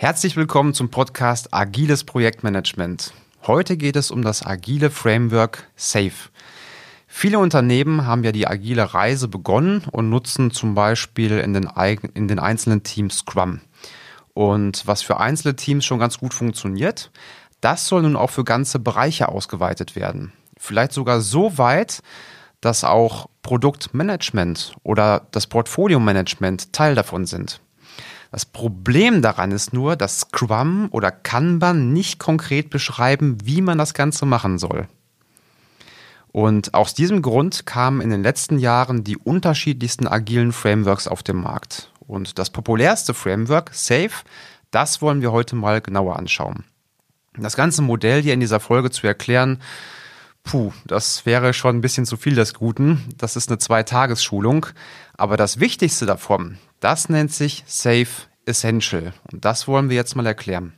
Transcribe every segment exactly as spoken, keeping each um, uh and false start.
Herzlich willkommen zum Podcast Agiles Projektmanagement. Heute geht es um das agile Framework SAFe. Viele Unternehmen haben ja die agile Reise begonnen und nutzen zum Beispiel in den, in den einzelnen Teams Scrum. Und was für einzelne Teams schon ganz gut funktioniert, das soll nun auch für ganze Bereiche ausgeweitet werden. Vielleicht sogar so weit, dass auch Produktmanagement oder das Portfolio-Management Teil davon sind. Das Problem daran ist nur, dass Scrum oder Kanban nicht konkret beschreiben, wie man das Ganze machen soll. Und aus diesem Grund kamen in den letzten Jahren die unterschiedlichsten agilen Frameworks auf den Markt. Und das populärste Framework, SAFe, das wollen wir heute mal genauer anschauen. Das ganze Modell hier in dieser Folge zu erklären, puh, das wäre schon ein bisschen zu viel des Guten. Das ist eine Zwei-Tages-Schulung. Aber das Wichtigste davon, das nennt sich SAFe Essential. Und das wollen wir jetzt mal erklären.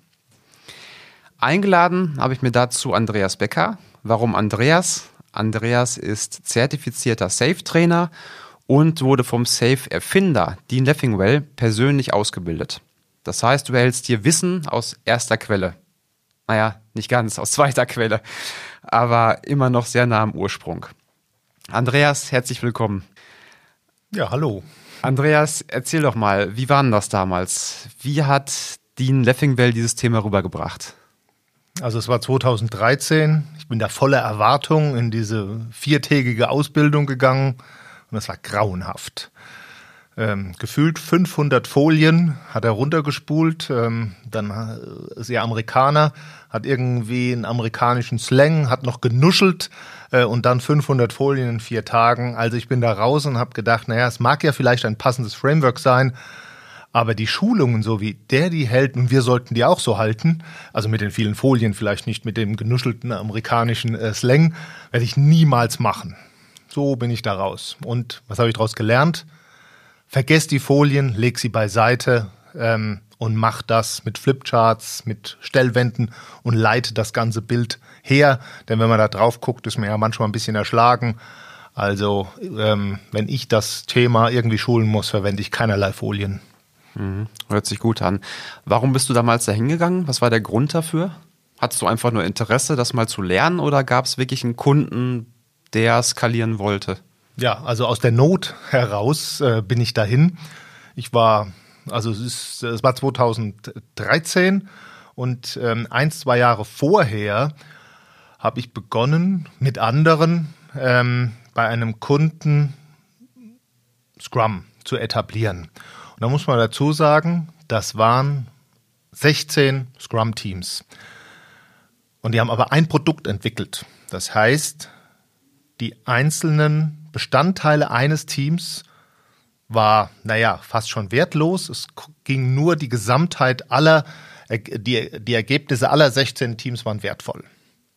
Eingeladen habe ich mir dazu Andreas Becker. Warum Andreas? Andreas ist zertifizierter SAFe-Trainer und wurde vom SAFe-Erfinder Dean Leffingwell persönlich ausgebildet. Das heißt, du erhältst hier Wissen aus erster Quelle. Naja, nicht ganz, aus zweiter Quelle, aber immer noch sehr nah am Ursprung. Andreas, herzlich willkommen. Ja, hallo. Andreas, erzähl doch mal, wie war denn das damals? Wie hat Dean Leffingwell dieses Thema rübergebracht? Also es war zweitausenddreizehn, ich bin da voller Erwartung in diese viertägige Ausbildung gegangen und es war grauenhaft. Ähm, gefühlt fünfhundert Folien hat er runtergespult, ähm, dann äh, ist er Amerikaner, hat irgendwie einen amerikanischen Slang, hat noch genuschelt äh, und dann fünfhundert Folien in vier Tagen. Also ich bin da raus und habe gedacht, naja, es mag ja vielleicht ein passendes Framework sein, aber die Schulungen, so wie der die hält, und wir sollten die auch so halten, also mit den vielen Folien, vielleicht nicht mit dem genuschelten amerikanischen äh, Slang, werde ich niemals machen. So bin ich da raus. Und was habe ich daraus gelernt? Vergesst die Folien, leg sie beiseite ähm, und mach das mit Flipcharts, mit Stellwänden und leite das ganze Bild her. Denn wenn man da drauf guckt, ist man ja manchmal ein bisschen erschlagen. Also ähm, wenn ich das Thema irgendwie schulen muss, verwende ich keinerlei Folien. Mhm. Hört sich gut an. Warum bist du damals da hingegangen? Was war der Grund dafür? Hattest du einfach nur Interesse, das mal zu lernen, oder gab es wirklich einen Kunden, der skalieren wollte? Ja, also aus der Not heraus äh, bin ich dahin. Ich war, also es, ist, es war zweitausenddreizehn und ähm, ein, zwei Jahre vorher habe ich begonnen mit anderen ähm, bei einem Kunden Scrum zu etablieren. Und da muss man dazu sagen, das waren sechzehn Scrum-Teams. Und die haben aber ein Produkt entwickelt. Das heißt, die einzelnen Bestandteile eines Teams war, naja, fast schon wertlos. Es ging nur die Gesamtheit aller, die, die Ergebnisse aller sechzehn Teams waren wertvoll.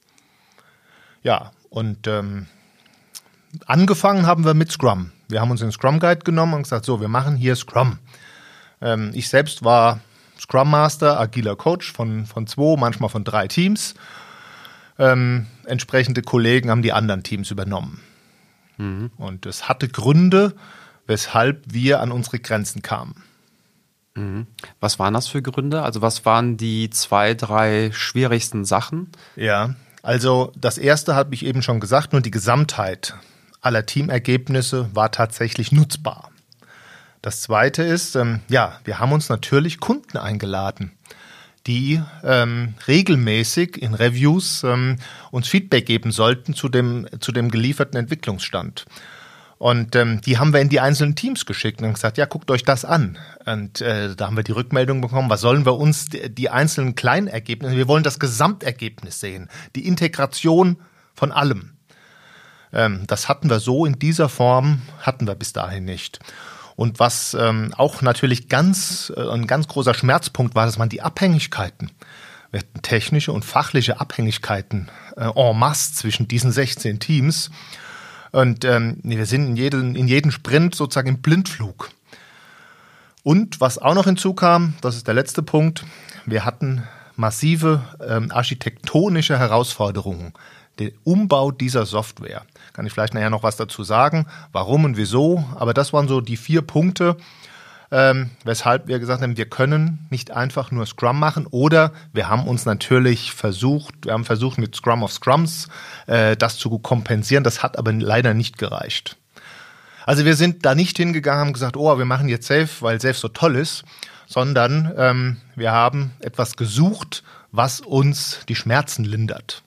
Ja, und ähm, angefangen haben wir mit Scrum. Wir haben uns den Scrum Guide genommen und gesagt, so, wir machen hier Scrum. Ähm, ich selbst war Scrum Master, agiler Coach von, von zwei, manchmal von drei Teams. Ähm, entsprechende Kollegen haben die anderen Teams übernommen. Mhm. Und es hatte Gründe, weshalb wir an unsere Grenzen kamen. Mhm. Was waren das für Gründe? Also was waren die zwei, drei schwierigsten Sachen? Ja, also das erste habe ich eben schon gesagt, nur die Gesamtheit aller Teamergebnisse war tatsächlich nutzbar. Das zweite ist, ähm, ja, wir haben uns natürlich Kunden eingeladen, die ähm, regelmäßig in Reviews ähm, uns Feedback geben sollten zu dem, zu dem gelieferten Entwicklungsstand. Und ähm, die haben wir in die einzelnen Teams geschickt und gesagt, ja, guckt euch das an. Und äh, da haben wir die Rückmeldung bekommen, was sollen wir uns die, die einzelnen kleinen Ergebnisse, wir wollen das Gesamtergebnis sehen, die Integration von allem. Ähm, das hatten wir so in dieser Form, hatten wir bis dahin nicht. Und was ähm, auch natürlich ganz äh, ein ganz großer Schmerzpunkt war, das waren die Abhängigkeiten. Wir hatten technische und fachliche Abhängigkeiten äh, en masse zwischen diesen sechzehn Teams. Und ähm, wir sind in jedem, in jedem Sprint sozusagen im Blindflug. Und was auch noch hinzukam, das ist der letzte Punkt, wir hatten massive ähm, architektonische Herausforderungen. Der Umbau dieser Software. Kann ich vielleicht nachher noch was dazu sagen, warum und wieso. Aber das waren so die vier Punkte, Ähm, weshalb wir gesagt haben, wir können nicht einfach nur Scrum machen oder wir haben uns natürlich versucht, wir haben versucht mit Scrum of Scrums äh, das zu kompensieren, das hat aber leider nicht gereicht. Also wir sind da nicht hingegangen, haben gesagt, oh, wir machen jetzt Safe, weil Safe so toll ist, sondern ähm, wir haben etwas gesucht, was uns die Schmerzen lindert.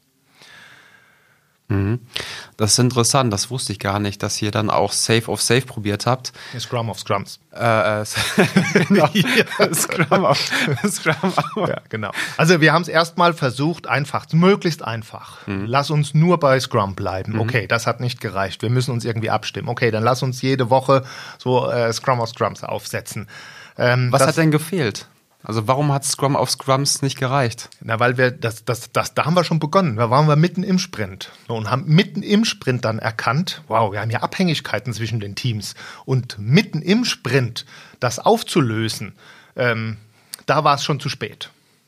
Das ist interessant, das wusste ich gar nicht, dass ihr dann auch Safe of Safe probiert habt. Scrum of Scrums. Äh, äh, genau. ja. Scrum of Scrum of. Ja, genau. Also wir haben es erstmal versucht, einfach, möglichst einfach. Mhm. Lass uns nur bei Scrum bleiben. Mhm. Okay, das hat nicht gereicht. Wir müssen uns irgendwie abstimmen. Okay, dann lass uns jede Woche so äh, Scrum of Scrums aufsetzen. Ähm, Was hat denn gefehlt? Also warum hat Scrum auf Scrums nicht gereicht? Na, weil wir, das, das, das, da haben wir schon begonnen. Da waren wir mitten im Sprint und haben mitten im Sprint dann erkannt, wow, wir haben ja Abhängigkeiten zwischen den Teams. Und mitten im Sprint das aufzulösen, ähm, da war es schon zu spät.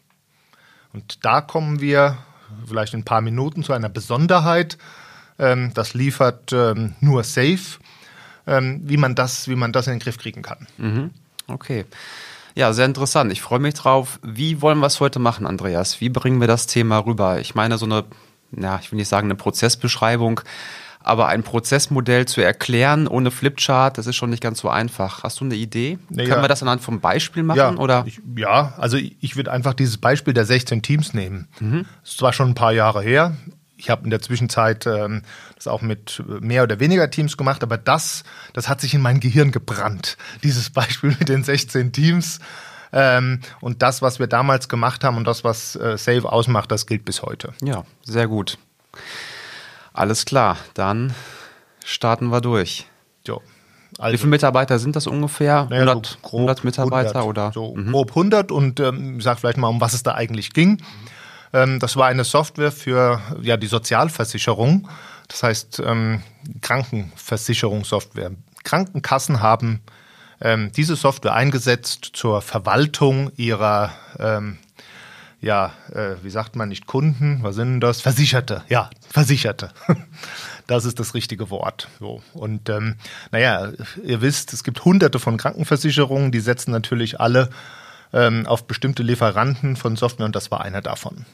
Und da kommen wir vielleicht in ein paar Minuten zu einer Besonderheit. Ähm, das liefert ähm, nur Safe, ähm, wie man das, wie man das in den Griff kriegen kann. Mhm. Okay. Ja, sehr interessant. Ich freue mich drauf. Wie wollen wir es heute machen, Andreas? Wie bringen wir das Thema rüber? Ich meine, so eine, ja, ich will nicht sagen eine Prozessbeschreibung, aber ein Prozessmodell zu erklären ohne Flipchart, das ist schon nicht ganz so einfach. Hast du eine Idee? Nee, Können ja. wir das anhand vom Beispiel machen? Ja, oder? Ich, ja also ich, ich würde einfach dieses Beispiel der sechzehn Teams nehmen. Mhm. Das ist zwar schon ein paar Jahre her. Ich habe in der Zwischenzeit ähm, das auch mit mehr oder weniger Teams gemacht, aber das, das hat sich in mein Gehirn gebrannt, dieses Beispiel mit den sechzehn Teams. Ähm, und das, was wir damals gemacht haben und das, was äh, Safe ausmacht, das gilt bis heute. Ja, sehr gut. Alles klar, dann starten wir durch. Jo. Also, wie viele Mitarbeiter sind das ungefähr? Naja, hundert, so grob hundert Mitarbeiter? hundert, Oder? So mhm. grob hundert und ähm, ich sage vielleicht mal, um was es da eigentlich ging. Ähm, das war eine Software für ja, die Sozialversicherung, das heißt ähm, Krankenversicherungssoftware. Krankenkassen haben ähm, diese Software eingesetzt zur Verwaltung ihrer, ähm, ja, äh, wie sagt man, nicht Kunden, was sind denn das? Versicherte, ja, Versicherte. Das ist das richtige Wort. So. Und ähm, naja, ihr wisst, es gibt hunderte von Krankenversicherungen, die setzen natürlich alle ähm, auf bestimmte Lieferanten von Software und das war einer davon.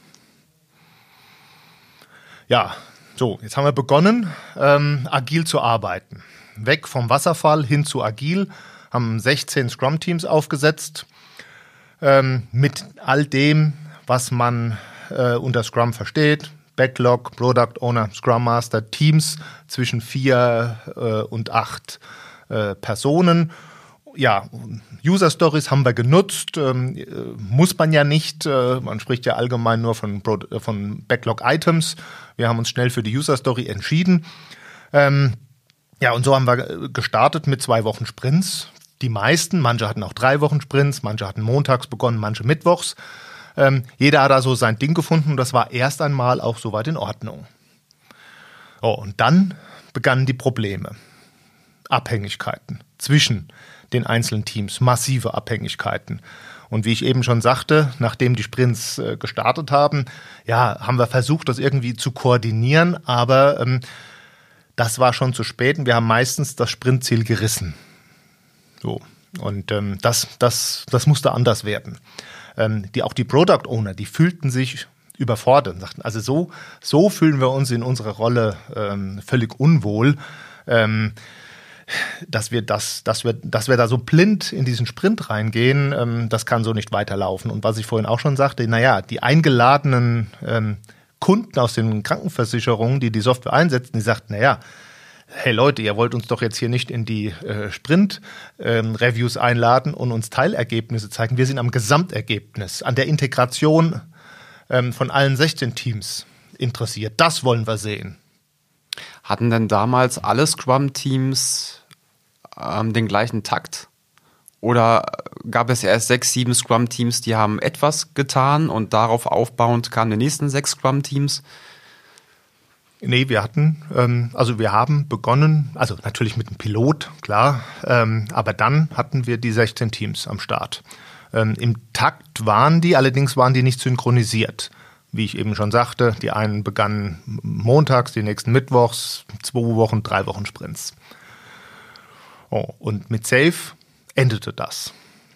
Ja, so, jetzt haben wir begonnen, ähm, agil zu arbeiten. Weg vom Wasserfall hin zu agil, haben sechzehn Scrum-Teams aufgesetzt, ähm, mit all dem, was man äh, unter Scrum versteht. Backlog, Product Owner, Scrum Master, Teams zwischen vier äh, und acht äh, Personen. Ja, User Stories haben wir genutzt, ähm, muss man ja nicht, äh, man spricht ja allgemein nur von, Pro- von Backlog Items. Wir haben uns schnell für die User Story entschieden. Ähm, ja, und so haben wir gestartet mit zwei Wochen Sprints. Die meisten, manche hatten auch drei Wochen Sprints, manche hatten montags begonnen, manche mittwochs. Ähm, jeder hat da so sein Ding gefunden und das war erst einmal auch soweit in Ordnung. Oh, und dann begannen die Probleme. Abhängigkeiten zwischen den einzelnen Teams, massive Abhängigkeiten. Und wie ich eben schon sagte, nachdem die Sprints äh, gestartet haben, ja, haben wir versucht, das irgendwie zu koordinieren, aber ähm, das war schon zu spät und wir haben meistens das Sprintziel gerissen. So. Und ähm, das, das, das musste anders werden. Ähm, die, auch die Product Owner, die fühlten sich überfordert und sagten, also so, so fühlen wir uns in unserer Rolle ähm, völlig unwohl, ähm, dass wir das, dass wir, dass wir da so blind in diesen Sprint reingehen, ähm, das kann so nicht weiterlaufen. Und was ich vorhin auch schon sagte, naja, die eingeladenen ähm, Kunden aus den Krankenversicherungen, die die Software einsetzen, die sagten, naja, hey Leute, ihr wollt uns doch jetzt hier nicht in die äh, Sprint-Reviews ähm, einladen und uns Teilergebnisse zeigen. Wir sind am Gesamtergebnis, an der Integration ähm, von allen sechzehn Teams interessiert. Das wollen wir sehen. Hatten denn damals alle Scrum-Teams ähm, den gleichen Takt? Oder gab es erst sechs, sieben Scrum-Teams, die haben etwas getan und darauf aufbauend kamen die nächsten sechs Scrum-Teams? Nee, wir hatten, ähm, also wir haben begonnen, also natürlich mit einem Pilot, klar, ähm, aber dann hatten wir die sechzehn Teams am Start. Ähm, im Takt waren die, allerdings waren die nicht synchronisiert. Wie ich eben schon sagte, die einen begannen montags, die nächsten mittwochs, zwei Wochen, drei Wochen Sprints. Oh, und mit Safe endete das.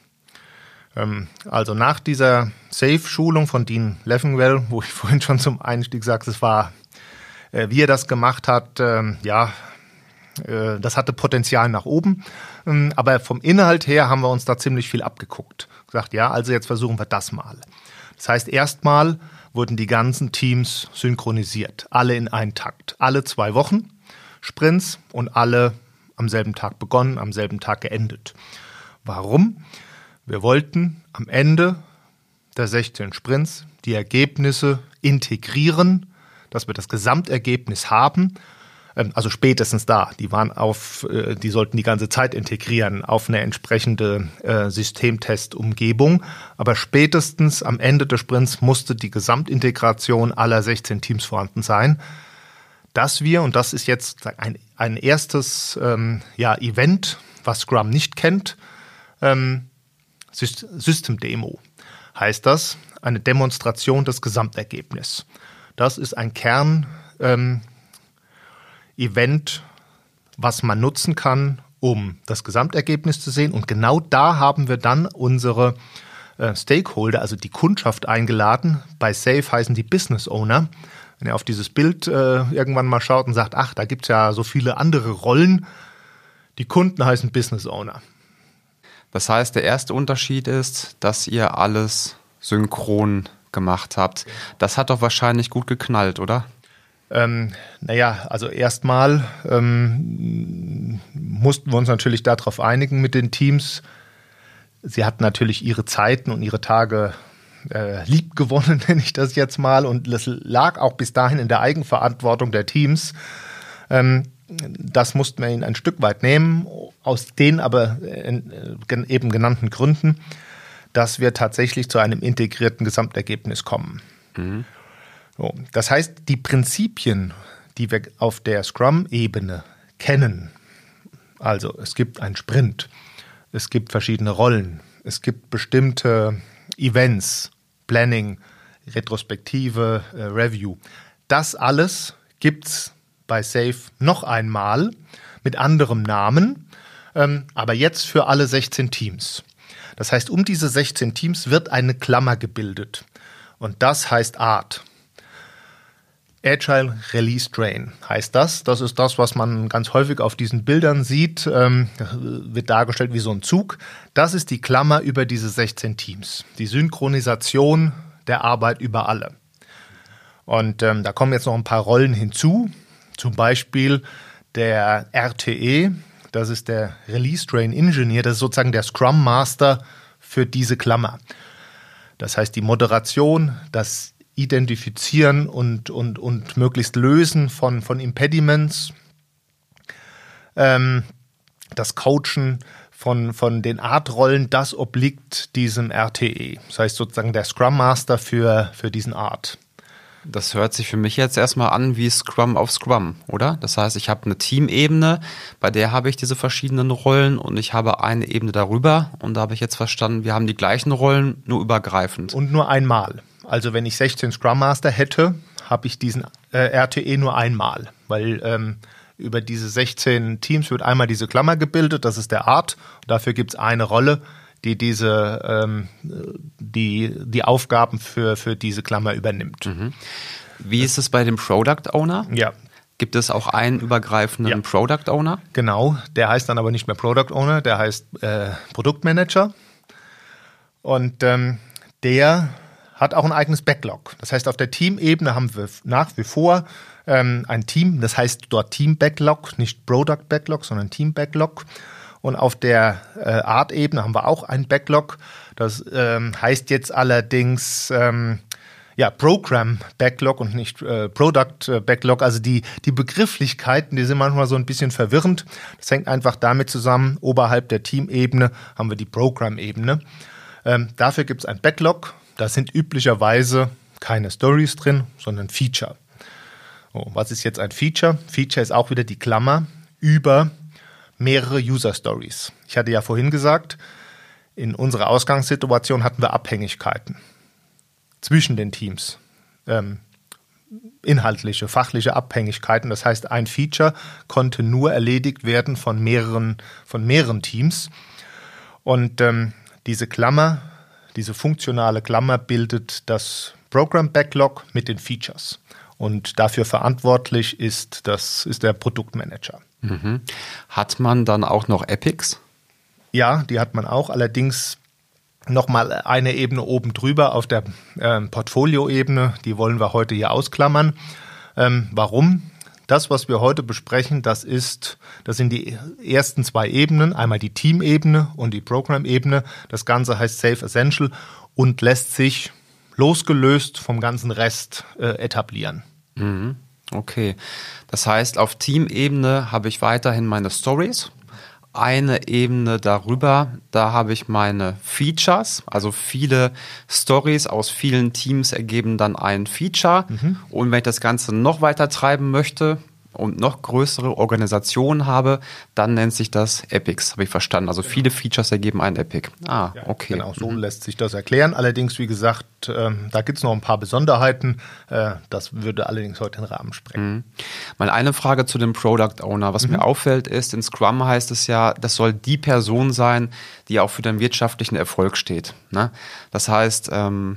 Ähm, also nach dieser Safe-Schulung von Dean Leffingwell, wo ich vorhin schon zum Einstieg sagte, es war, äh, wie er das gemacht hat, äh, ja, äh, das hatte Potenzial nach oben. Ähm, aber vom Inhalt her haben wir uns da ziemlich viel abgeguckt. Gesagt, ja, also jetzt versuchen wir das mal. Das heißt, erstmal wurden die ganzen Teams synchronisiert, alle in einen Takt, alle zwei Wochen Sprints und alle am selben Tag begonnen, am selben Tag geendet. Warum? Wir wollten am Ende der sechzehn Sprints die Ergebnisse integrieren, dass wir das Gesamtergebnis haben, also spätestens da, die waren auf, die sollten die ganze Zeit integrieren auf eine entsprechende äh, Systemtest-Umgebung. Aber spätestens am Ende des Sprints musste die Gesamtintegration aller sechzehn Teams vorhanden sein, dass wir, und das ist jetzt ein, ein erstes ähm, ja, Event, was Scrum nicht kennt, ähm, System-Demo heißt das, eine Demonstration des Gesamtergebnisses. Das ist ein Kern ähm, Event, was man nutzen kann, um das Gesamtergebnis zu sehen. Und genau da haben wir dann unsere äh, Stakeholder, also die Kundschaft, eingeladen. Bei Safe heißen die Business Owner. Wenn ihr auf dieses Bild äh, irgendwann mal schaut und sagt, ach, da gibt es ja so viele andere Rollen. Die Kunden heißen Business Owner. Das heißt, der erste Unterschied ist, dass ihr alles synchron gemacht habt. Das hat doch wahrscheinlich gut geknallt, oder? Ähm, naja, also erstmal ähm, mussten wir uns natürlich darauf einigen mit den Teams. Sie hatten natürlich ihre Zeiten und ihre Tage äh, lieb gewonnen, nenne ich das jetzt mal. Und das lag auch bis dahin in der Eigenverantwortung der Teams. Ähm, das mussten wir ihnen ein Stück weit nehmen, aus den aber äh, eben genannten Gründen, dass wir tatsächlich zu einem integrierten Gesamtergebnis kommen. Mhm. So, das heißt, die Prinzipien, die wir auf der Scrum-Ebene kennen, also es gibt einen Sprint, es gibt verschiedene Rollen, es gibt bestimmte Events, Planning, Retrospektive, äh, Review, das alles gibt es bei Safe noch einmal mit anderem Namen, ähm, aber jetzt für alle sechzehn Teams. Das heißt, um diese sechzehn Teams wird eine Klammer gebildet und das heißt Art. Agile Release Train heißt das. Das ist das, was man ganz häufig auf diesen Bildern sieht. Ähm, wird dargestellt wie so ein Zug. Das ist die Klammer über diese sechzehn Teams. Die Synchronisation der Arbeit über alle. Und ähm, da kommen jetzt noch ein paar Rollen hinzu. Zum Beispiel der R T E. Das ist der Release Train Engineer. Das ist sozusagen der Scrum Master für diese Klammer. Das heißt, die Moderation, das Identifizieren und, und, und möglichst Lösen von, von Impediments, ähm, das Coachen von, von den Art-Rollen, das obliegt diesem R T E. Das heißt sozusagen der Scrum Master für, für diesen Art. Das hört sich für mich jetzt erstmal an wie Scrum auf Scrum, oder? Das heißt, ich habe eine Teamebene, bei der habe ich diese verschiedenen Rollen und ich habe eine Ebene darüber und da habe ich jetzt verstanden, wir haben die gleichen Rollen, nur übergreifend. Und nur einmal. Also wenn ich sechzehn Scrum Master hätte, habe ich diesen äh, R T E nur einmal, weil ähm, über diese sechzehn Teams wird einmal diese Klammer gebildet, das ist der Art. Dafür gibt es eine Rolle, die diese ähm, die, die Aufgaben für, für diese Klammer übernimmt. Mhm. Wie ist es bei dem Product Owner? Ja. Gibt es auch einen übergreifenden ja. Product Owner? Genau, der heißt dann aber nicht mehr Product Owner, der heißt äh, Produktmanager. Und ähm, der hat auch ein eigenes Backlog. Das heißt, auf der Teamebene haben wir nach wie vor ähm, ein Team, das heißt dort Team Backlog, nicht Product Backlog, sondern Team Backlog. Und auf der äh, Art-Ebene haben wir auch ein Backlog. Das ähm, heißt jetzt allerdings ähm, ja, Program Backlog und nicht äh, Product Backlog. Also die, die Begrifflichkeiten, die sind manchmal so ein bisschen verwirrend. Das hängt einfach damit zusammen, oberhalb der Teamebene haben wir die Program-Ebene. Ähm, dafür gibt es ein Backlog. Da sind üblicherweise keine Stories drin, sondern Feature. Oh, was ist jetzt ein Feature? Feature ist auch wieder die Klammer über mehrere User-Stories. Ich hatte ja vorhin gesagt, in unserer Ausgangssituation hatten wir Abhängigkeiten zwischen den Teams. Ähm, inhaltliche, fachliche Abhängigkeiten. Das heißt, ein Feature konnte nur erledigt werden von mehreren, von mehreren Teams. Und ähm, diese Klammer, diese funktionale Klammer bildet das Program Backlog mit den Features. Und dafür verantwortlich ist, das ist der Produktmanager. Mhm. Hat man dann auch noch Epics? Ja, die hat man auch. Allerdings nochmal eine Ebene oben drüber auf der äh, Portfolio-Ebene. Die wollen wir heute hier ausklammern. Ähm, warum? Das, was wir heute besprechen, das ist, das sind die ersten zwei Ebenen. Einmal die Team-Ebene und die Program-Ebene. Das Ganze heißt Safe Essential und lässt sich losgelöst vom ganzen Rest äh, etablieren. Mhm. Okay. Das heißt, auf Teamebene habe ich weiterhin meine Stories. Eine Ebene darüber, da habe ich meine Features. Also viele Stories aus vielen Teams ergeben dann ein Feature. Mhm. Und wenn ich das Ganze noch weiter treiben möchte und noch größere Organisationen habe, dann nennt sich das Epics, habe ich verstanden. Also viele Features ergeben ein Epic. Ah, ja, okay. Genau, so mhm. lässt sich das erklären. Allerdings, wie gesagt, äh, da gibt es noch ein paar Besonderheiten. Äh, das würde allerdings heute den Rahmen sprengen. Mhm. Mal eine Frage zu dem Product Owner. Was mhm. mir auffällt ist, in Scrum heißt es ja, das soll die Person sein, die auch für den wirtschaftlichen Erfolg steht. Ne? Das heißt, ähm,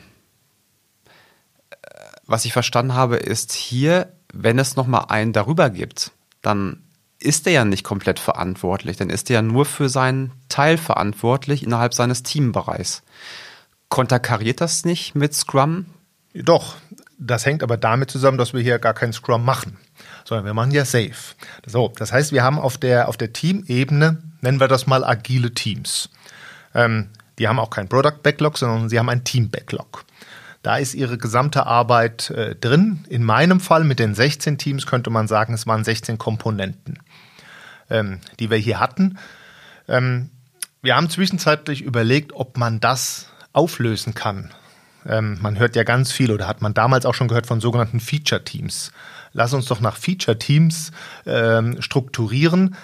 was ich verstanden habe, ist hier, wenn es nochmal einen darüber gibt, dann ist er ja nicht komplett verantwortlich. Dann ist er ja nur für seinen Teil verantwortlich innerhalb seines Teambereichs. Konterkariert das nicht mit Scrum? Doch, das hängt aber damit zusammen, dass wir hier gar kein Scrum machen, sondern wir machen ja Safe. So, das heißt, wir haben auf der, auf der Teamebene, nennen wir das mal agile Teams. Ähm, die haben auch kein Product Backlog, sondern sie haben ein Team Backlog. Da ist ihre gesamte Arbeit äh, drin. In meinem Fall mit den sechzehn Teams könnte man sagen, es waren sechzehn Komponenten, ähm, die wir hier hatten. Ähm, wir haben zwischenzeitlich überlegt, ob man das auflösen kann. Ähm, man hört ja ganz viel oder hat man damals auch schon gehört von sogenannten Feature-Teams. Lass uns doch nach Feature-Teams ähm, strukturieren.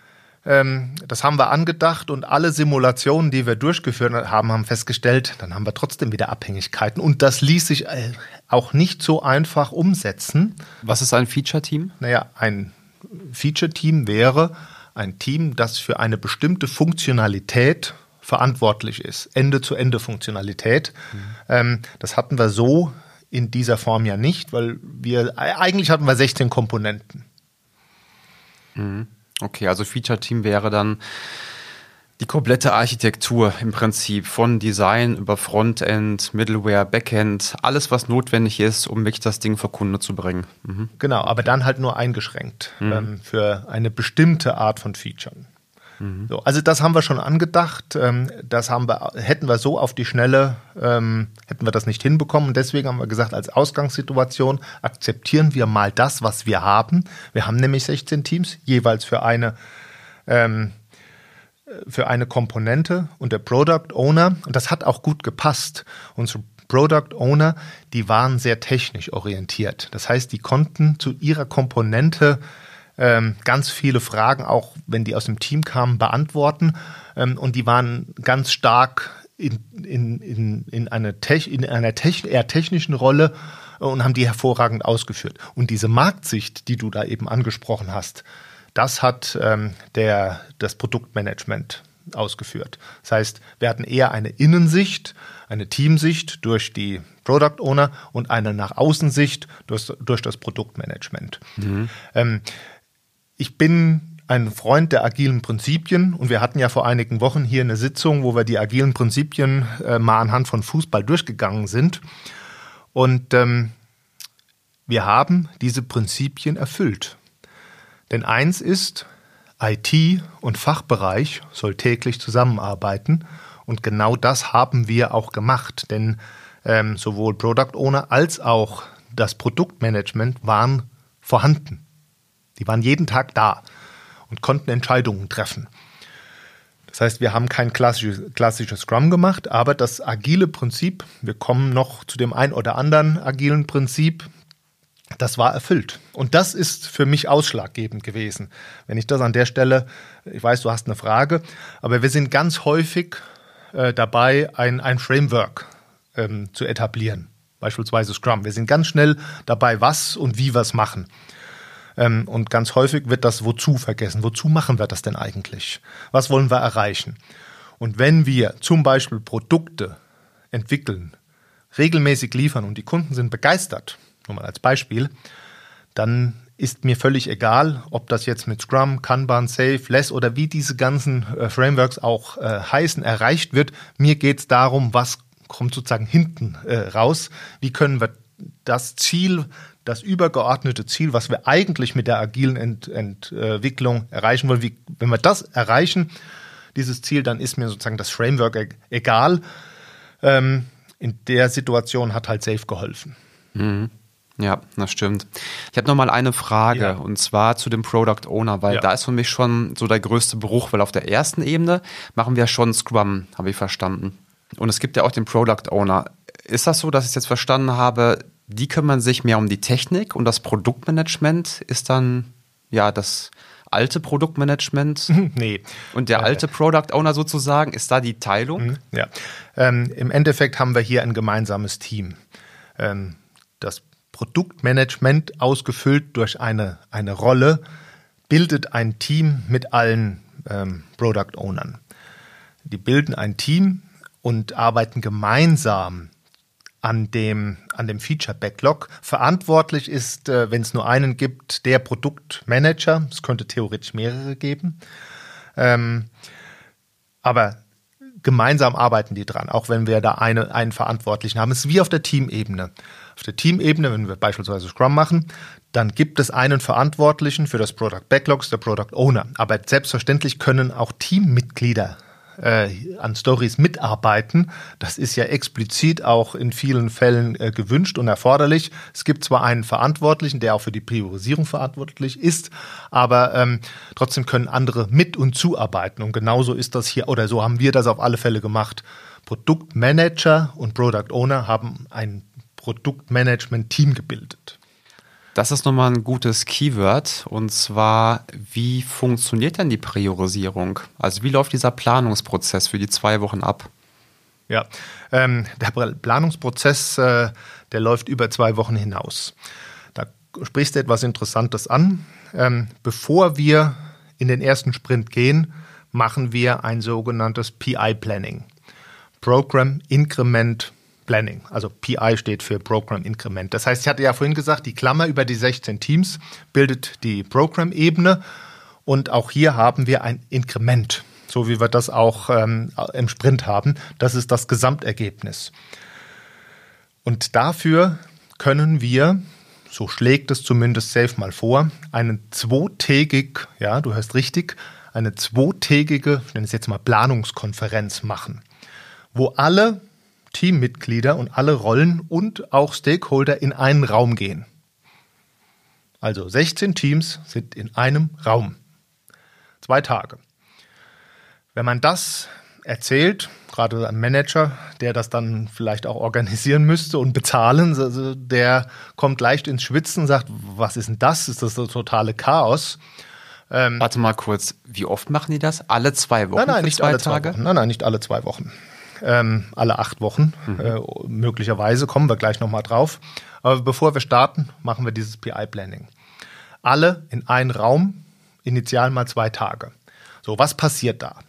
Das haben wir angedacht und alle Simulationen, die wir durchgeführt haben, haben festgestellt, dann haben wir trotzdem wieder Abhängigkeiten. Und das ließ sich auch nicht so einfach umsetzen. Was ist ein Feature-Team? Naja, ein Feature-Team wäre ein Team, das für eine bestimmte Funktionalität verantwortlich ist. Ende-zu-Ende-Funktionalität. Mhm. Das hatten wir so in dieser Form ja nicht, weil wir eigentlich hatten wir sechzehn Komponenten. Mhm. Okay, also Feature-Team wäre dann die komplette Architektur im Prinzip von Design über Frontend, Middleware, Backend, alles, was notwendig ist, um wirklich das Ding vor Kunde zu bringen. Mhm. Genau, aber dann halt nur eingeschränkt mhm. ähm, für eine bestimmte Art von Featuren. Mhm. So, also das haben wir schon angedacht, ähm, das haben wir, hätten wir so auf die Schnelle, ähm, hätten wir das nicht hinbekommen. Und deswegen haben wir gesagt, als Ausgangssituation akzeptieren wir mal das, was wir haben. Wir haben nämlich sechzehn Teams, jeweils für eine, ähm, für eine Komponente und der Product Owner. Und das hat auch gut gepasst. Unsere Product Owner, die waren sehr technisch orientiert. Das heißt, die konnten zu ihrer Komponente ganz viele Fragen, auch wenn die aus dem Team kamen, beantworten. Und die waren ganz stark in, in, in, in, eine Tech, in einer Tech, eher technischen Rolle und haben die hervorragend ausgeführt. Und diese Marktsicht, die du da eben angesprochen hast, das hat ähm, der, das Produktmanagement ausgeführt. Das heißt, wir hatten eher eine Innensicht, eine Teamsicht durch die Product Owner und eine Nach-Außen-Sicht durch, durch das Produktmanagement. Mhm. Ähm, Ich bin ein Freund der agilen Prinzipien und wir hatten ja vor einigen Wochen hier eine Sitzung, wo wir die agilen Prinzipien äh, mal anhand von Fußball durchgegangen sind. Und ähm, wir haben diese Prinzipien erfüllt. Denn eins ist, I T und Fachbereich soll täglich zusammenarbeiten und genau das haben wir auch gemacht. Denn ähm, sowohl Product Owner als auch das Produktmanagement waren vorhanden. Die waren jeden Tag da und konnten Entscheidungen treffen. Das heißt, wir haben kein klassisches, klassisches Scrum gemacht, aber das agile Prinzip, wir kommen noch zu dem ein oder anderen agilen Prinzip, das war erfüllt. Und das ist für mich ausschlaggebend gewesen. Wenn ich das an der Stelle, ich weiß, du hast eine Frage, aber wir sind ganz häufig äh, dabei, ein, ein Framework ähm, zu etablieren, beispielsweise Scrum. Wir sind ganz schnell dabei, was und wie wir es machen. Und ganz häufig wird das Wozu vergessen. Wozu machen wir das denn eigentlich? Was wollen wir erreichen? Und wenn wir zum Beispiel Produkte entwickeln, regelmäßig liefern und die Kunden sind begeistert, nur mal als Beispiel, dann ist mir völlig egal, ob das jetzt mit Scrum, Kanban, Safe, Less oder wie diese ganzen äh, Frameworks auch äh, heißen, erreicht wird. Mir geht es darum, was kommt sozusagen hinten äh, raus. Wie können wir das Ziel, das übergeordnete Ziel, was wir eigentlich mit der agilen Ent- Entwicklung erreichen wollen, wie, wenn wir das erreichen, dieses Ziel, dann ist mir sozusagen das Framework e- egal. Ähm, in der Situation hat halt Safe geholfen. Mhm. Ja, das stimmt. Ich habe noch mal eine Frage, Ja. und zwar zu dem Product Owner, weil Ja. da ist für mich schon so der größte Bruch, weil auf der ersten Ebene machen wir schon Scrum, habe ich verstanden. Und es gibt ja auch den Product Owner. Ist das so, dass ich es jetzt verstanden habe, die kümmern sich mehr um die Technik und das Produktmanagement ist dann ja das alte Produktmanagement? Nee. Und der alte Product Owner sozusagen, ist da die Teilung? Ja. Ähm, Im Endeffekt haben wir hier ein gemeinsames Team. Ähm, das Produktmanagement, ausgefüllt durch eine, eine Rolle, bildet ein Team mit allen ähm, Product Ownern. Die bilden ein Team und arbeiten gemeinsam an dem, an dem Feature Backlog. Verantwortlich ist, äh, wenn es nur einen gibt, der Produktmanager. Es könnte theoretisch mehrere geben. Ähm, aber gemeinsam arbeiten die dran, auch wenn wir da eine, einen Verantwortlichen haben. Es ist wie auf der Teamebene. Auf der Teamebene, wenn wir beispielsweise Scrum machen, dann gibt es einen Verantwortlichen für das Product Backlogs, der Product Owner. Aber selbstverständlich können auch Teammitglieder äh, an Stories mitarbeiten. Das ist ja explizit auch in vielen Fällen äh, gewünscht und erforderlich. Es gibt zwar einen Verantwortlichen, der auch für die Priorisierung verantwortlich ist, aber ähm, trotzdem können andere mit und zuarbeiten. Und genauso ist das hier, oder so haben wir das auf alle Fälle gemacht. Produktmanager und Product Owner haben ein Produktmanagement-Team gebildet. Das ist nochmal ein gutes Keyword, und zwar, wie funktioniert denn die Priorisierung? Also wie läuft dieser Planungsprozess für die zwei Wochen ab? Ja, ähm, der Planungsprozess, äh, der läuft über zwei Wochen hinaus. Da sprichst du etwas Interessantes an. Ähm, bevor wir in den ersten Sprint gehen, machen wir ein sogenanntes P I-Planning. Program Increment Planning, also P I steht für Program Increment. Das heißt, ich hatte ja vorhin gesagt, die Klammer über die sechzehn Teams bildet die Program-Ebene und auch hier haben wir ein Inkrement, so wie wir das auch ähm, im Sprint haben. Das ist das Gesamtergebnis. Und dafür können wir, so schlägt es zumindest Safe mal vor, eine zweitägig, ja, du hörst richtig, eine zweitägige, ich nenne es jetzt mal Planungskonferenz machen, wo alle Teammitglieder und alle Rollen und auch Stakeholder in einen Raum gehen. Also sechzehn Teams sind in einem Raum. Zwei Tage. Wenn man das erzählt, gerade ein Manager, der das dann vielleicht auch organisieren müsste und bezahlen, also der kommt leicht ins Schwitzen und sagt, was ist denn das? Ist das so totale Chaos? Ähm, Warte mal kurz, wie oft machen die das? Alle zwei Wochen? Nein, nein, nicht zwei alle Tage? zwei Wochen. Nein, nein, nicht alle zwei Wochen. Ähm, alle acht Wochen, mhm. äh, möglicherweise, kommen wir gleich nochmal drauf. Aber bevor wir starten, machen wir dieses P I-Planning. Alle in einen Raum, initial mal zwei Tage. So, was passiert da?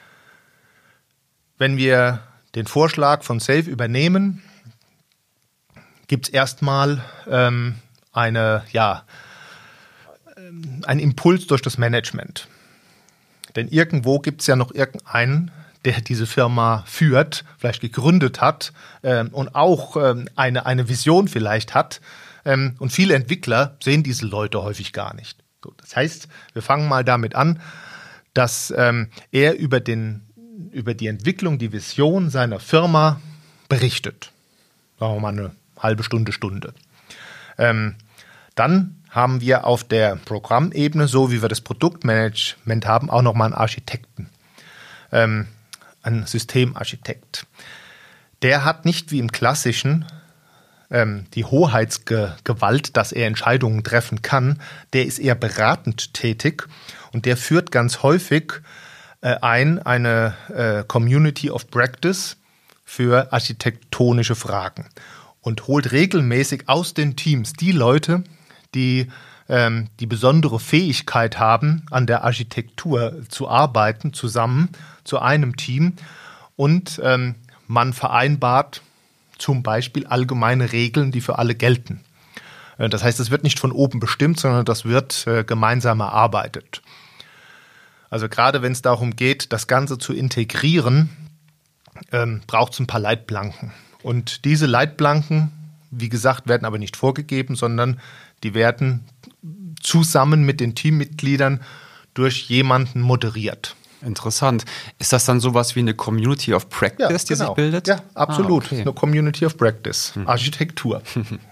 Wenn wir den Vorschlag von Safe übernehmen, gibt es erstmal ähm, eine, ja, ähm, einen Impuls durch das Management. Denn irgendwo gibt es ja noch irgendeinen, der diese Firma führt, vielleicht gegründet hat ähm, und auch ähm, eine, eine Vision vielleicht hat. Ähm, und viele Entwickler sehen diese Leute häufig gar nicht. So, das heißt, wir fangen mal damit an, dass ähm, er über, den, über die Entwicklung, die Vision seiner Firma berichtet. Sagen wir mal eine halbe Stunde, Stunde. Ähm, dann haben wir auf der Programmebene, so wie wir das Produktmanagement haben, auch nochmal einen Architekten. Ähm, ein Systemarchitekt. Der hat nicht wie im Klassischen ähm, die Hoheitsgewalt, dass er Entscheidungen treffen kann. Der ist eher beratend tätig und der führt ganz häufig äh, ein eine äh, Community of Practice für architektonische Fragen und holt regelmäßig aus den Teams die Leute, die ähm, die besondere Fähigkeit haben, an der Architektur zu arbeiten, zusammen zu einem Team. Und ähm, man vereinbart zum Beispiel allgemeine Regeln, die für alle gelten. Äh, das heißt, es wird nicht von oben bestimmt, sondern das wird äh, gemeinsam erarbeitet. Also gerade wenn es darum geht, das Ganze zu integrieren, ähm, braucht es ein paar Leitplanken. Und diese Leitplanken, wie gesagt, werden aber nicht vorgegeben, sondern die werden zusammen mit den Teammitgliedern durch jemanden moderiert. Interessant. Ist das dann sowas wie eine Community of Practice, Ja, die genau. sich bildet? Ja, absolut. Ah, okay. Eine Community of Practice. Hm. Architektur.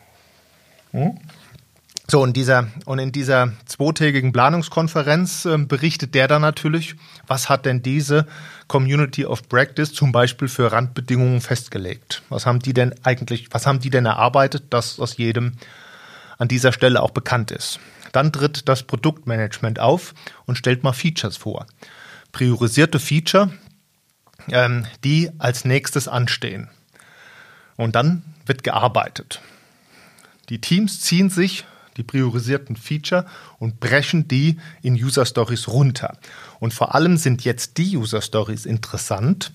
hm? So, und, dieser, und in dieser zweitägigen Planungskonferenz äh, berichtet der dann natürlich, was hat denn diese Community of Practice zum Beispiel für Randbedingungen festgelegt? Was haben die denn eigentlich, was haben die denn erarbeitet, dass aus jedem an dieser Stelle auch bekannt ist? Dann tritt das Produktmanagement auf und stellt mal Features vor. Priorisierte Feature, ähm, die als nächstes anstehen. Und dann wird gearbeitet. Die Teams ziehen sich die priorisierten Feature und brechen die in User Stories runter. Und vor allem sind jetzt die User Stories interessant,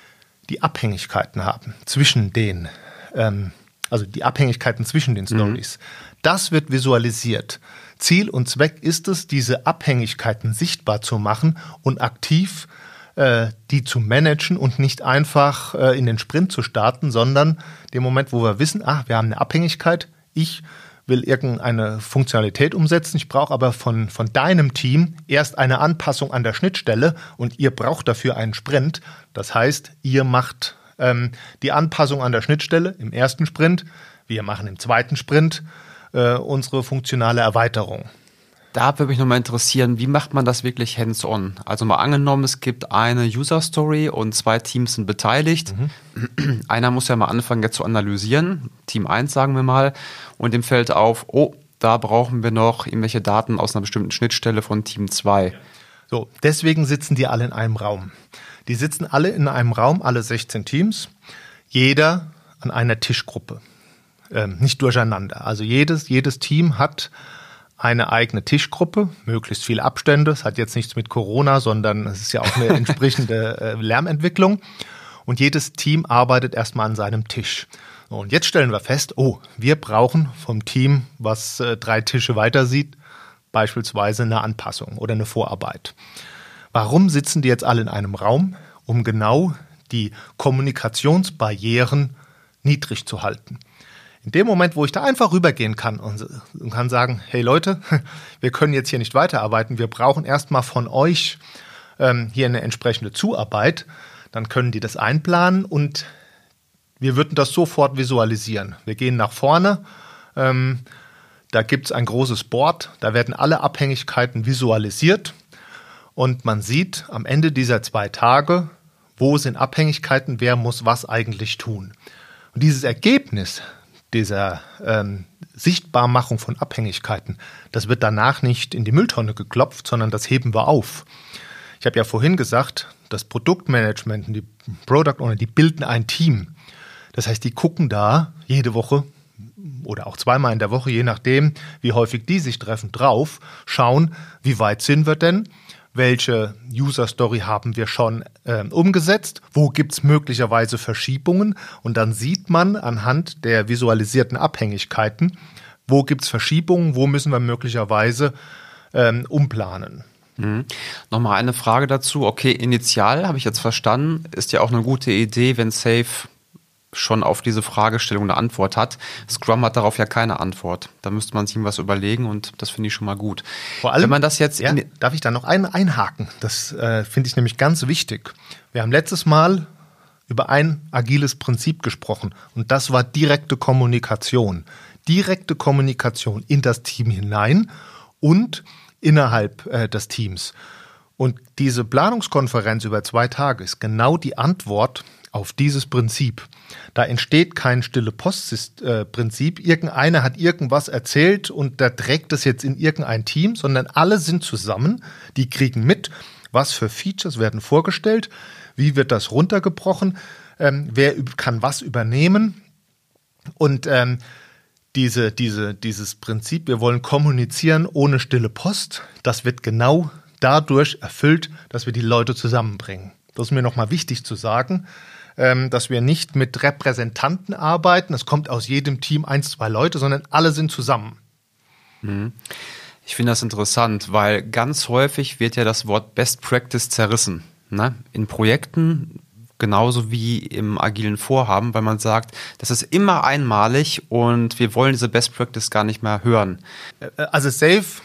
die Abhängigkeiten haben zwischen den, ähm, also die Abhängigkeiten zwischen den Stories. Mhm. Das wird visualisiert. Ziel und Zweck ist es, diese Abhängigkeiten sichtbar zu machen und aktiv äh, die zu managen und nicht einfach äh, in den Sprint zu starten, sondern dem Moment, wo wir wissen, ach, wir haben eine Abhängigkeit, ich will irgendeine Funktionalität umsetzen, ich brauche aber von, von deinem Team erst eine Anpassung an der Schnittstelle und ihr braucht dafür einen Sprint. Das heißt, ihr macht ähm, die Anpassung an der Schnittstelle im ersten Sprint, wir machen im zweiten Sprint äh, unsere funktionale Erweiterung. Da würde mich nochmal interessieren, wie macht man das wirklich hands-on? Also mal angenommen, es gibt eine User-Story und zwei Teams sind beteiligt. Mhm. Einer muss ja mal anfangen, jetzt zu analysieren. Team eins, sagen wir mal. Und dem fällt auf, oh, da brauchen wir noch irgendwelche Daten aus einer bestimmten Schnittstelle von Team zwei. So, deswegen sitzen die alle in einem Raum. Die sitzen alle in einem Raum, alle sechzehn Teams. Jeder an einer Tischgruppe. Ähm, nicht durcheinander. Also jedes, jedes Team hat eine eigene Tischgruppe, möglichst viele Abstände. Das hat jetzt nichts mit Corona, sondern es ist ja auch eine entsprechende äh, Lärmentwicklung. Und jedes Team arbeitet erstmal an seinem Tisch. Und jetzt stellen wir fest, oh, wir brauchen vom Team, was äh, drei Tische weiter sieht, beispielsweise eine Anpassung oder eine Vorarbeit. Warum sitzen die jetzt alle in einem Raum? Um genau die Kommunikationsbarrieren niedrig zu halten. In dem Moment, wo ich da einfach rübergehen kann und kann sagen, hey Leute, wir können jetzt hier nicht weiterarbeiten, wir brauchen erstmal von euch ähm, hier eine entsprechende Zuarbeit, dann können die das einplanen und wir würden das sofort visualisieren. Wir gehen nach vorne, ähm, da gibt es ein großes Board, da werden alle Abhängigkeiten visualisiert und man sieht am Ende dieser zwei Tage, wo sind Abhängigkeiten, wer muss was eigentlich tun. Und dieses Ergebnis dieser ähm, Sichtbarmachung von Abhängigkeiten, das wird danach nicht in die Mülltonne geklopft, sondern das heben wir auf. Ich habe ja vorhin gesagt, das Produktmanagement und die Product Owner, die bilden ein Team. Das heißt, die gucken da jede Woche oder auch zweimal in der Woche, je nachdem, wie häufig die sich treffen, drauf, schauen, wie weit sind wir denn, welche User-Story haben wir schon äh, umgesetzt, wo gibt es möglicherweise Verschiebungen und dann sieht man anhand der visualisierten Abhängigkeiten, wo gibt es Verschiebungen, wo müssen wir möglicherweise ähm, umplanen. Mhm. Nochmal eine Frage dazu. Okay, initial, habe ich jetzt verstanden, ist ja auch eine gute Idee, wenn Safe schon auf diese Fragestellung eine Antwort hat. Scrum hat darauf ja keine Antwort. Da müsste man sich was überlegen und das finde ich schon mal gut. Vor allem, wenn man das jetzt ja, darf ich da noch einen einhaken? Das äh, finde ich nämlich ganz wichtig. Wir haben letztes Mal über ein agiles Prinzip gesprochen und das war direkte Kommunikation. Direkte Kommunikation in das Team hinein und innerhalb äh, des Teams. Und diese Planungskonferenz über zwei Tage ist genau die Antwort auf dieses Prinzip. Da entsteht kein stille Post-Prinzip. Irgendeiner hat irgendwas erzählt und der trägt das jetzt in irgendein Team, sondern alle sind zusammen, die kriegen mit, was für Features werden vorgestellt, wie wird das runtergebrochen, ähm, wer kann was übernehmen und ähm, diese, diese, dieses Prinzip, wir wollen kommunizieren ohne stille Post, das wird genau dadurch erfüllt, dass wir die Leute zusammenbringen. Das ist mir nochmal wichtig zu sagen, ähm, dass wir nicht mit Repräsentanten arbeiten, es kommt aus jedem Team eins, zwei Leute, sondern alle sind zusammen. Mhm. Ich finde das interessant, weil ganz häufig wird ja das Wort Best Practice zerrissen, ne? In Projekten genauso wie im agilen Vorhaben, weil man sagt, das ist immer einmalig und wir wollen diese Best Practice gar nicht mehr hören. Also Safe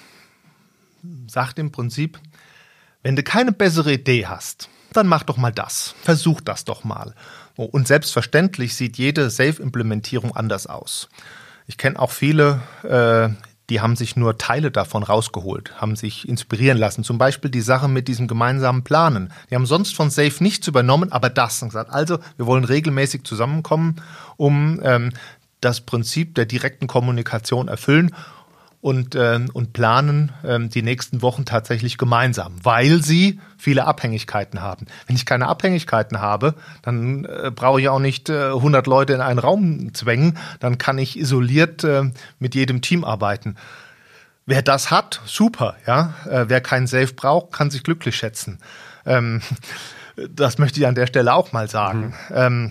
sagt im Prinzip, wenn du keine bessere Idee hast, dann mach doch mal das. Versuch das doch mal. Und selbstverständlich sieht jede Safe-Implementierung anders aus. Ich kenne auch viele, äh, die haben sich nur Teile davon rausgeholt, haben sich inspirieren lassen. Zum Beispiel die Sache mit diesem gemeinsamen Planen. Die haben sonst von Safe nichts übernommen, aber das. Und gesagt, also wir wollen regelmäßig zusammenkommen, um ähm, das Prinzip der direkten Kommunikation erfüllen und, äh, und planen äh, die nächsten Wochen tatsächlich gemeinsam, weil sie viele Abhängigkeiten haben. Wenn ich keine Abhängigkeiten habe, dann äh, brauche ich auch nicht äh, hundert Leute in einen Raum zwängen, dann kann ich isoliert äh, mit jedem Team arbeiten. Wer das hat, super. Ja, äh, wer keinen Safe braucht, kann sich glücklich schätzen. Ähm, das möchte ich an der Stelle auch mal sagen. Mhm. Ähm,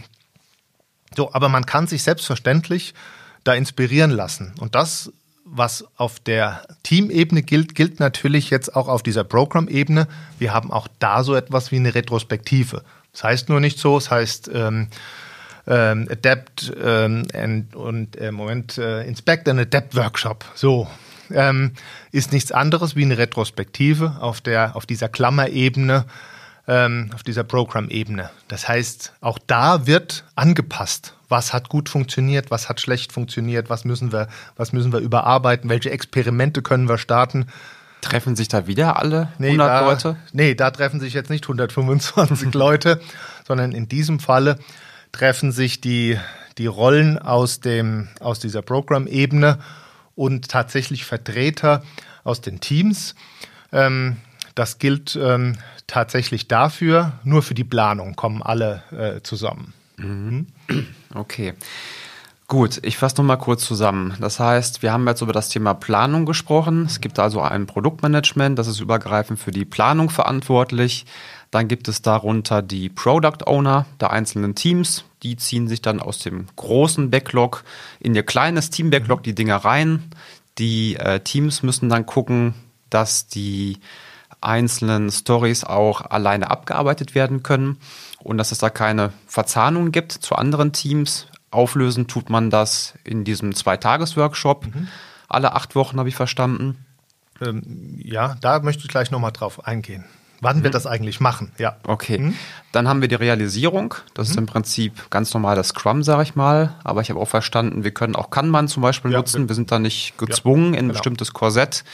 so, aber man kann sich selbstverständlich da inspirieren lassen. Und das, was auf der Teamebene gilt, gilt natürlich jetzt auch auf dieser Programm-Ebene. Wir haben auch da so etwas wie eine Retrospektive. Das heißt nur nicht so, es heißt ähm, ähm, Adapt ähm, and, und äh, Moment, äh, Inspect and Adapt Workshop. So ähm, ist nichts anderes wie eine Retrospektive auf der auf dieser Klammerebene, ähm, auf dieser Programm-Ebene. Das heißt, auch da wird angepasst. Was hat gut funktioniert, was hat schlecht funktioniert, was müssen wir, was müssen wir überarbeiten, welche Experimente können wir starten. Treffen sich da wieder alle nee, hundert da, Leute? Nee, da treffen sich jetzt nicht hundertfünfundzwanzig Leute, sondern in diesem Falle treffen sich die, die Rollen aus, dem, aus dieser Programm-Ebene und tatsächlich Vertreter aus den Teams. Ähm, das gilt ähm, tatsächlich dafür, nur für die Planung kommen alle äh, zusammen. Mhm. Okay, gut, ich fasse nochmal kurz zusammen. Das heißt, wir haben jetzt über das Thema Planung gesprochen. Es gibt also ein Produktmanagement, das ist übergreifend für die Planung verantwortlich. Dann gibt es darunter die Product Owner der einzelnen Teams. Die ziehen sich dann aus dem großen Backlog in ihr kleines Team-Backlog die Dinge rein. Die äh, Teams müssen dann gucken, dass die einzelnen Stories auch alleine abgearbeitet werden können und dass es da keine Verzahnung gibt zu anderen Teams. Auflösen tut man das in diesem Zwei-Tages-Workshop. Mhm. Alle acht Wochen, habe ich verstanden. Ähm, ja, da möchte ich gleich nochmal drauf eingehen. Wann mhm. wir das eigentlich machen, ja. Okay, mhm. Dann haben wir die Realisierung. Das mhm. ist im Prinzip ganz normales Scrum, sage ich mal. Aber ich habe auch verstanden, wir können auch Kanban zum Beispiel ja, nutzen. Wir, wir sind da nicht gezwungen ja, in ein genau. bestimmtes Korsett.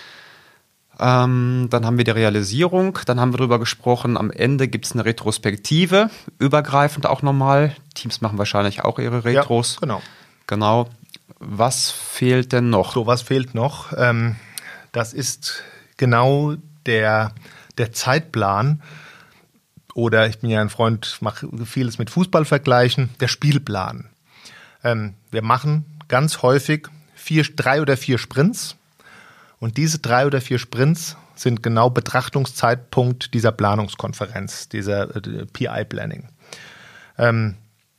Ähm, dann haben wir die Realisierung, dann haben wir darüber gesprochen, am Ende gibt es eine Retrospektive, übergreifend auch nochmal. Teams machen wahrscheinlich auch ihre Retros. Ja, genau. Genau. Was fehlt denn noch? So, was fehlt noch? Ähm, das ist genau der, der Zeitplan. Oder ich bin ja ein Freund, mache vieles mit Fußball vergleichen, der Spielplan. Ähm, wir machen ganz häufig vier, drei oder vier Sprints. Und diese drei oder vier Sprints sind genau Betrachtungszeitpunkt dieser Planungskonferenz, dieser äh, P I-Planning. Ähm,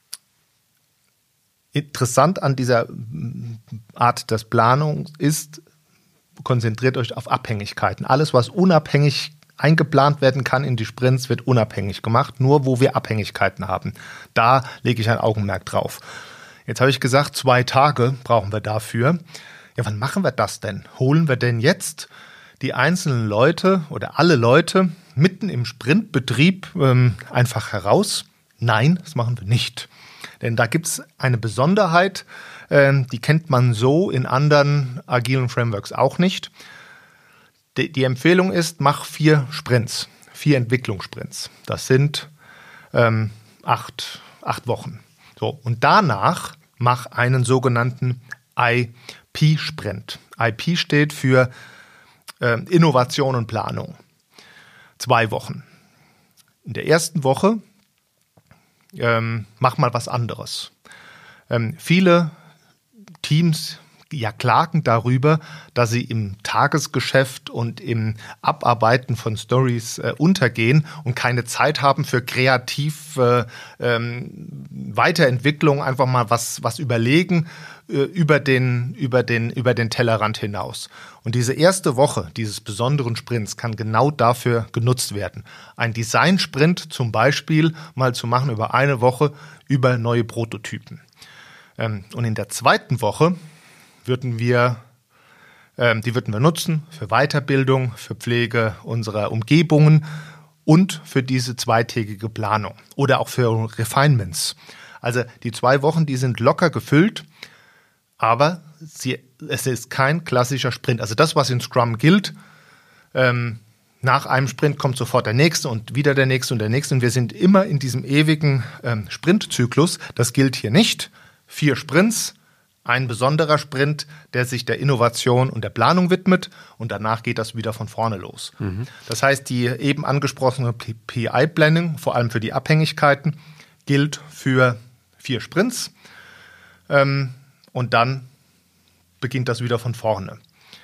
interessant an dieser Art des Planung ist, konzentriert euch auf Abhängigkeiten. Alles, was unabhängig eingeplant werden kann in die Sprints, wird unabhängig gemacht, nur wo wir Abhängigkeiten haben. Da lege ich ein Augenmerk drauf. Jetzt habe ich gesagt, zwei Tage brauchen wir dafür. Ja, wann machen wir das denn? Holen wir denn jetzt die einzelnen Leute oder alle Leute mitten im Sprintbetrieb ähm, einfach heraus? Nein, das machen wir nicht. Denn da gibt es eine Besonderheit, ähm, die kennt man so in anderen agilen Frameworks auch nicht. Die, die Empfehlung ist, mach vier Sprints, vier Entwicklungssprints. Das sind ähm, acht, acht Wochen. So, und danach mach einen sogenannten I P-Sprint. I P steht für äh, Innovation und Planung. Zwei Wochen. In der ersten Woche ähm, mach mal was anderes. Ähm, viele Teams ja klagen darüber, dass sie im Tagesgeschäft und im Abarbeiten von Stories äh, untergehen und keine Zeit haben für kreativ äh, ähm, Weiterentwicklung, einfach mal was, was überlegen äh, über den, über den, über den Tellerrand hinaus. Und diese erste Woche dieses besonderen Sprints kann genau dafür genutzt werden. Ein Design-Sprint zum Beispiel mal zu machen über eine Woche über neue Prototypen. Ähm, und in der zweiten Woche würden wir, ähm, die würden wir nutzen für Weiterbildung, für Pflege unserer Umgebungen und für diese zweitägige Planung oder auch für Refinements. Also die zwei Wochen, die sind locker gefüllt, aber sie, es ist kein klassischer Sprint. Also das, was in Scrum gilt, ähm, nach einem Sprint kommt sofort der nächste und wieder der nächste und der nächste. Und wir sind immer in diesem ewigen ähm, Sprintzyklus. Das gilt hier nicht. Vier Sprints, ein besonderer Sprint, der sich der Innovation und der Planung widmet und danach geht das wieder von vorne los. Mhm. Das heißt, die eben angesprochene P I-Planning, vor allem für die Abhängigkeiten, gilt für vier Sprints ähm, und dann beginnt das wieder von vorne.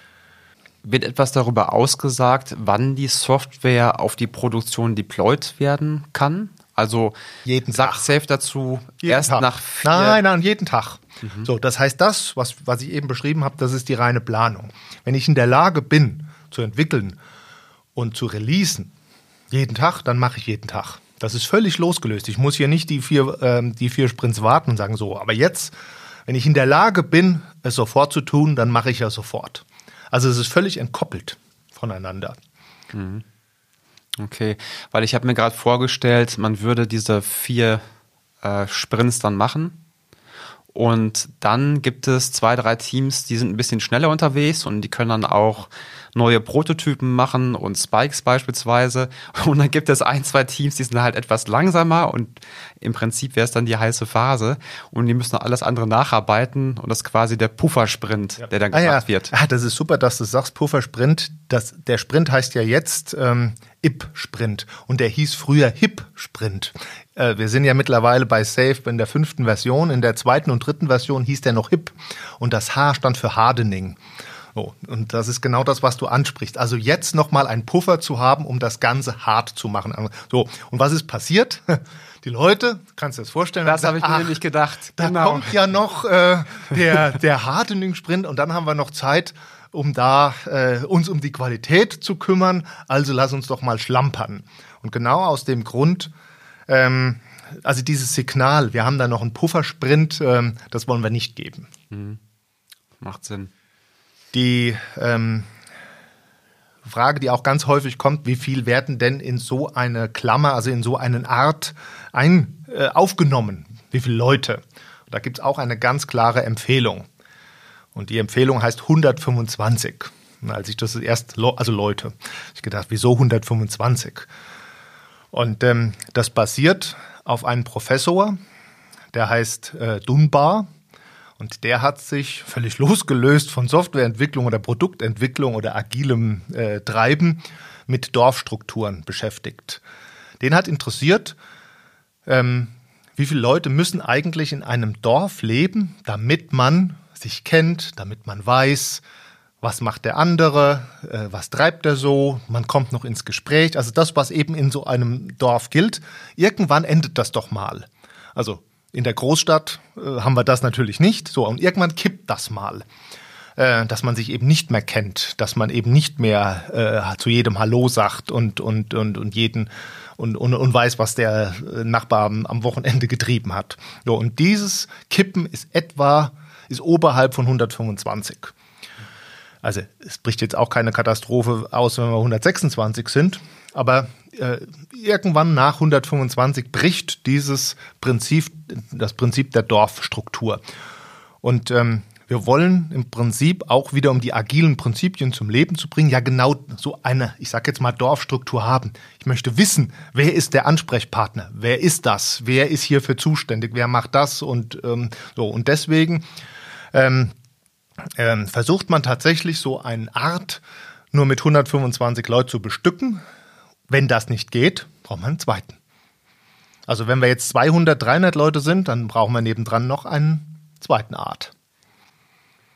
Wird etwas darüber ausgesagt, wann die Software auf die Produktion deployed werden kann? Also jeden sagt Tag. Safe dazu Jeden erst Tag. nach vier... Nein, nein, jeden Tag. Mhm. So, das heißt, das, was, was ich eben beschrieben habe, das ist die reine Planung. Wenn ich in der Lage bin, zu entwickeln und zu releasen, jeden Tag, dann mache ich jeden Tag. Das ist völlig losgelöst. Ich muss hier nicht die vier, ähm, die vier Sprints warten und sagen, so, aber jetzt, wenn ich in der Lage bin, es sofort zu tun, dann mache ich ja sofort. Also es ist völlig entkoppelt voneinander. Mhm. Okay, weil ich habe mir gerade vorgestellt, man würde diese vier äh, Sprints dann machen und dann gibt es zwei, drei Teams, die sind ein bisschen schneller unterwegs und die können dann auch neue Prototypen machen und Spikes beispielsweise und dann gibt es ein, zwei Teams, die sind halt etwas langsamer und im Prinzip wäre es dann die heiße Phase und die müssen alles andere nacharbeiten und das ist quasi der Puffersprint, ja. der dann ah, gemacht ja. wird. Ah, das ist super, dass du sagst, Puffersprint. Das, der Sprint heißt ja jetzt ähm, I P-Sprint und der hieß früher H I P-Sprint. Äh, wir sind ja mittlerweile bei Safe in der fünften Version, in der zweiten und dritten Version hieß der noch H I P und das H stand für Hardening. So, und das ist genau das, was du ansprichst. Also jetzt nochmal einen Puffer zu haben, um das Ganze hart zu machen. So, und was ist passiert? Die Leute, kannst du dir das vorstellen? Das habe ich mir nämlich gedacht. Da genau. kommt ja noch äh, der, der Hardening-Sprint und dann haben wir noch Zeit, um da äh, uns um die Qualität zu kümmern. Also lass uns doch mal schlampern. Und genau aus dem Grund, ähm, also dieses Signal, wir haben da noch einen Puffersprint, ähm, das wollen wir nicht geben. Mhm. Macht Sinn. Die ähm, Frage, die auch ganz häufig kommt, wie viel werden denn in so eine Klammer, also in so eine Art ein, äh, aufgenommen? Wie viele Leute? Und da gibt es auch eine ganz klare Empfehlung. Und die Empfehlung heißt hundertfünfundzwanzig. Und als ich das erst, also Leute, ich gedacht, wieso hundertfünfundzwanzig? Und ähm, das basiert auf einem Professor, der heißt äh, Dunbar. Und der hat sich völlig losgelöst von Softwareentwicklung oder Produktentwicklung oder agilem äh, Treiben mit Dorfstrukturen beschäftigt. Den hat interessiert, ähm, wie viele Leute müssen eigentlich in einem Dorf leben, damit man sich kennt, damit man weiß, was macht der andere, äh, was treibt er so, man kommt noch ins Gespräch. Also das, was eben in so einem Dorf gilt, irgendwann endet das doch mal. Also in der Großstadt äh, haben wir das natürlich nicht. So, und irgendwann kippt das mal, äh, dass man sich eben nicht mehr kennt, dass man eben nicht mehr äh, zu jedem Hallo sagt und und und und jeden und und, und weiß, was der Nachbar am, am Wochenende getrieben hat. So, und dieses Kippen ist etwa ist oberhalb von hundertfünfundzwanzig. Also es bricht jetzt auch keine Katastrophe aus, wenn wir hundertsechsundzwanzig sind, aber äh, irgendwann nach hundertfünfundzwanzig bricht dieses Prinzip, das Prinzip der Dorfstruktur. Und ähm, wir wollen im Prinzip auch wieder, um die agilen Prinzipien zum Leben zu bringen, ja genau so eine, ich sag jetzt mal, Dorfstruktur haben. Ich möchte wissen, wer ist der Ansprechpartner, wer ist das, wer ist hierfür zuständig, wer macht das und ähm, so. Und deswegen ähm, ähm, versucht man tatsächlich so eine Art nur mit hundertfünfundzwanzig Leuten zu bestücken. Wenn das nicht geht, braucht man einen zweiten. Also wenn wir jetzt zweihundert, dreihundert Leute sind, dann brauchen wir nebendran noch einen zweiten Art.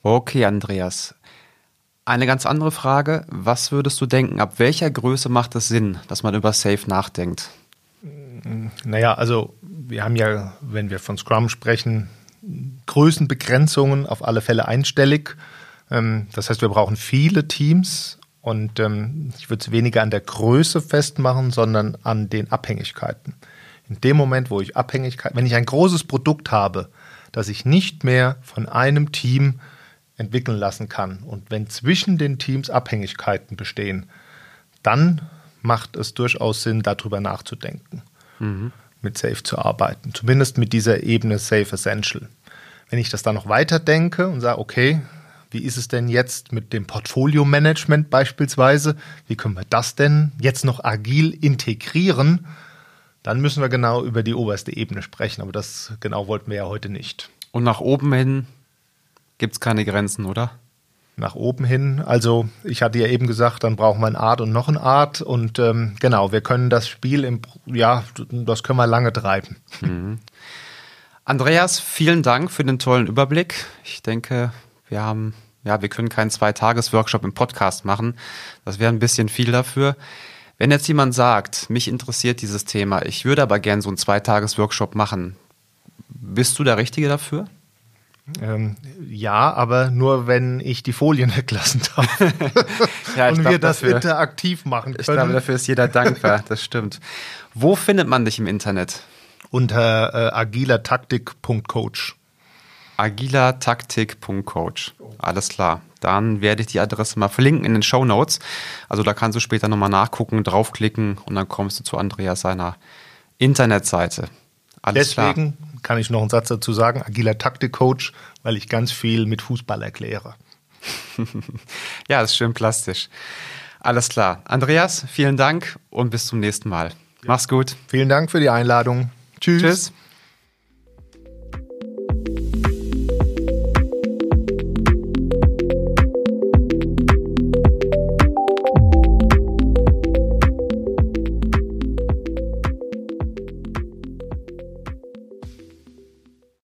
Okay, Andreas. Eine ganz andere Frage. Was würdest du denken, ab welcher Größe macht es Sinn, dass man über Safe nachdenkt? Naja, also wir haben ja, wenn wir von Scrum sprechen, Größenbegrenzungen auf alle Fälle einstellig. Das heißt, wir brauchen viele Teams und ich würde es weniger an der Größe festmachen, sondern an den Abhängigkeiten. In dem Moment, wo ich Abhängigkeit, wenn ich ein großes Produkt habe, das ich nicht mehr von einem Team entwickeln lassen kann und wenn zwischen den Teams Abhängigkeiten bestehen, dann macht es durchaus Sinn, darüber nachzudenken, mhm. mit Safe zu arbeiten. Zumindest mit dieser Ebene Safe Essential. Wenn ich das dann noch weiter denke und sage, okay, wie ist es denn jetzt mit dem Portfolio-Management beispielsweise? Wie können wir das denn jetzt noch agil integrieren? Dann müssen wir genau über die oberste Ebene sprechen, aber das genau wollten wir ja heute nicht. Und nach oben hin gibt es keine Grenzen, oder? Nach oben hin, also ich hatte ja eben gesagt, dann brauchen wir eine Art und noch eine Art und ähm, genau, wir können das Spiel, im, ja, das können wir lange treiben. Mhm. Andreas, vielen Dank für den tollen Überblick. Ich denke, wir haben, ja, wir können keinen Zwei-Tages-Workshop im Podcast machen. Das wäre ein bisschen viel dafür. Wenn jetzt jemand sagt, mich interessiert dieses Thema, ich würde aber gerne so einen Zwei-Tages-Workshop machen, bist du der Richtige dafür? Ähm, ja, aber nur wenn ich die Folien weglassen darf. Ja, und glaub, wir das dafür, interaktiv machen können. Ich glaube, dafür ist jeder dankbar, das stimmt. Wo findet man dich im Internet? Unter äh, agilertaktik punkt coach. agilertaktik punkt coach. Alles klar. Dann werde ich die Adresse mal verlinken in den Shownotes. Also da kannst du später nochmal nachgucken, draufklicken und dann kommst du zu Andreas seiner Internetseite. Alles Deswegen klar. kann ich noch einen Satz dazu sagen, agiler Taktik-Coach, weil ich ganz viel mit Fußball erkläre. Ja, das ist schön plastisch. Alles klar. Andreas, vielen Dank und bis zum nächsten Mal. Mach's gut. Vielen Dank für die Einladung. Tschüss. Tschüss.